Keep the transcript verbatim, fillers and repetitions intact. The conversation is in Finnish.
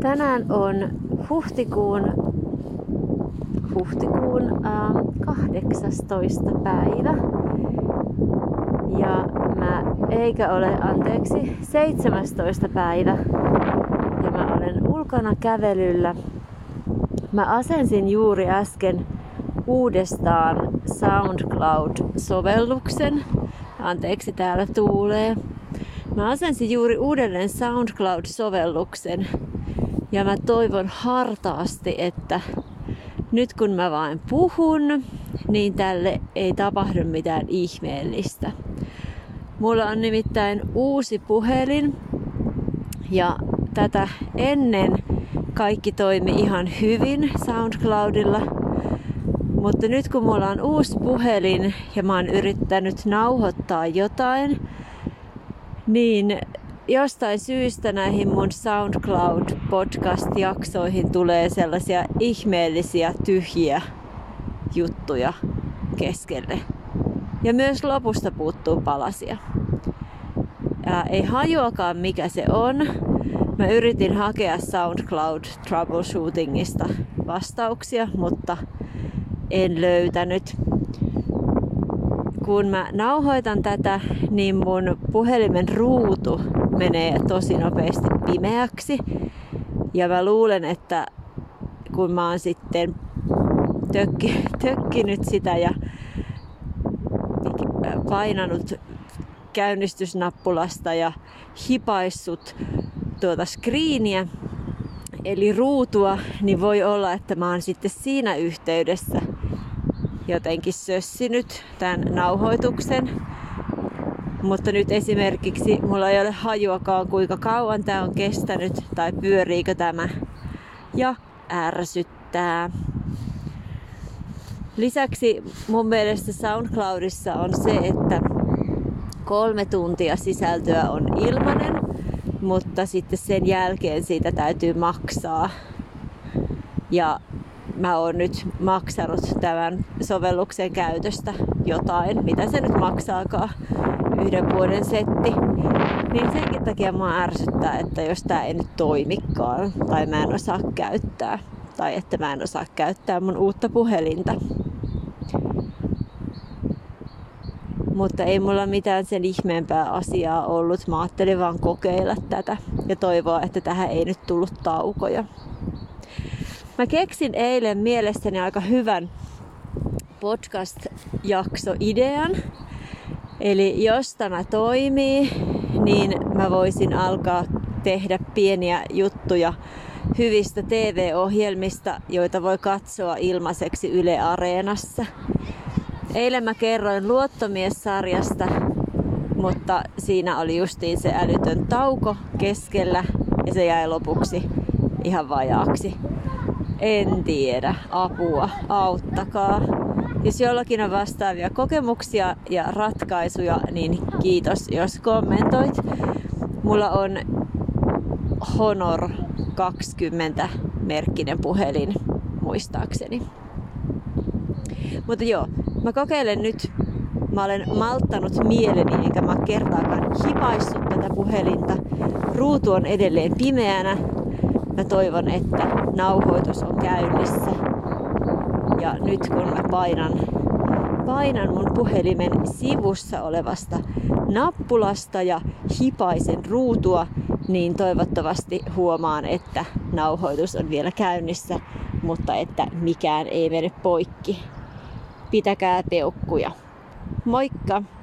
Tänään on huhtikuun, huhtikuun äh, kahdeksastoista päivä. Ja mä, eikä ole, anteeksi, seitsemästoista päivä. Ja mä olen ulkona kävelyllä. Mä asensin juuri äsken uudestaan SoundCloud-sovelluksen. Anteeksi, täällä tuulee. Mä asensin juuri uudelleen SoundCloud-sovelluksen. Ja mä toivon hartaasti, että nyt kun mä vain puhun, niin tälle ei tapahdu mitään ihmeellistä. Mulla on nimittäin uusi puhelin ja tätä ennen kaikki toimi ihan hyvin SoundCloudilla. Mutta nyt kun mulla on uusi puhelin ja mä oon yrittänyt nauhoittaa jotain, niin jostain syystä näihin mun SoundCloud-podcast-jaksoihin tulee sellaisia ihmeellisiä tyhjiä juttuja keskelle. Ja myös lopusta puuttuu palasia. Ää, ei hajuakaan mikä se on. Mä yritin hakea SoundCloud troubleshootingista vastauksia, mutta en löytänyt. Kun mä nauhoitan tätä, niin mun puhelimen ruutu menee tosi nopeasti pimeäksi. Ja mä luulen, että kun mä oon sitten tökki, tökkinyt sitä ja painanut käynnistysnappulasta ja hipaissut tuota screeniä, eli ruutua, niin voi olla, että mä oon sitten siinä yhteydessä jotenkin sössinyt tämän nauhoituksen. Mutta nyt esimerkiksi mulla ei ole hajuakaan, kuinka kauan tää on kestänyt tai pyöriikö tämä, ja ärsyttää. Lisäksi mun mielestä SoundCloudissa on se, että kolme tuntia sisältöä on ilmainen, mutta sitten sen jälkeen siitä täytyy maksaa. Ja mä oon nyt maksanut tämän sovelluksen käytöstä jotain, mitä se nyt maksaakaan, yhden vuoden setti. Niin senkin takia mua ärsyttää, että jos tää ei nyt toimikaan, tai mä en osaa käyttää, tai että mä en osaa käyttää mun uutta puhelinta. Mutta ei mulla mitään sen ihmeempää asiaa ollut. Mä ajattelin vaan kokeilla tätä ja toivoa, että tähän ei nyt tullut taukoja. Mä keksin eilen mielestäni aika hyvän podcast-jakso-idean. Eli jos tämä toimii, niin mä voisin alkaa tehdä pieniä juttuja hyvistä T V-ohjelmista, joita voi katsoa ilmaiseksi Yle Areenassa. Eilen mä kerroin Luottomies-sarjasta, mutta siinä oli justiin se älytön tauko keskellä ja se jäi lopuksi ihan vajaaksi. En tiedä, apua, auttakaa. Jos jollakin on vastaavia kokemuksia ja ratkaisuja, niin kiitos, jos kommentoit. Mulla on Honor kaksikymmentä merkkinen puhelin, muistaakseni. Mutta joo, mä kokeilen nyt. Mä olen malttanut mieleni, enkä mä kertaakaan hipaissut tätä puhelinta. Ruutu on edelleen pimeänä. Mä toivon, että nauhoitus on käynnissä. Ja nyt kun mä painan, painan mun puhelimen sivussa olevasta nappulasta ja hipaisen ruutua, niin toivottavasti huomaan, että nauhoitus on vielä käynnissä, mutta että mikään ei mene poikki. Pitäkää peukkuja. Moikka!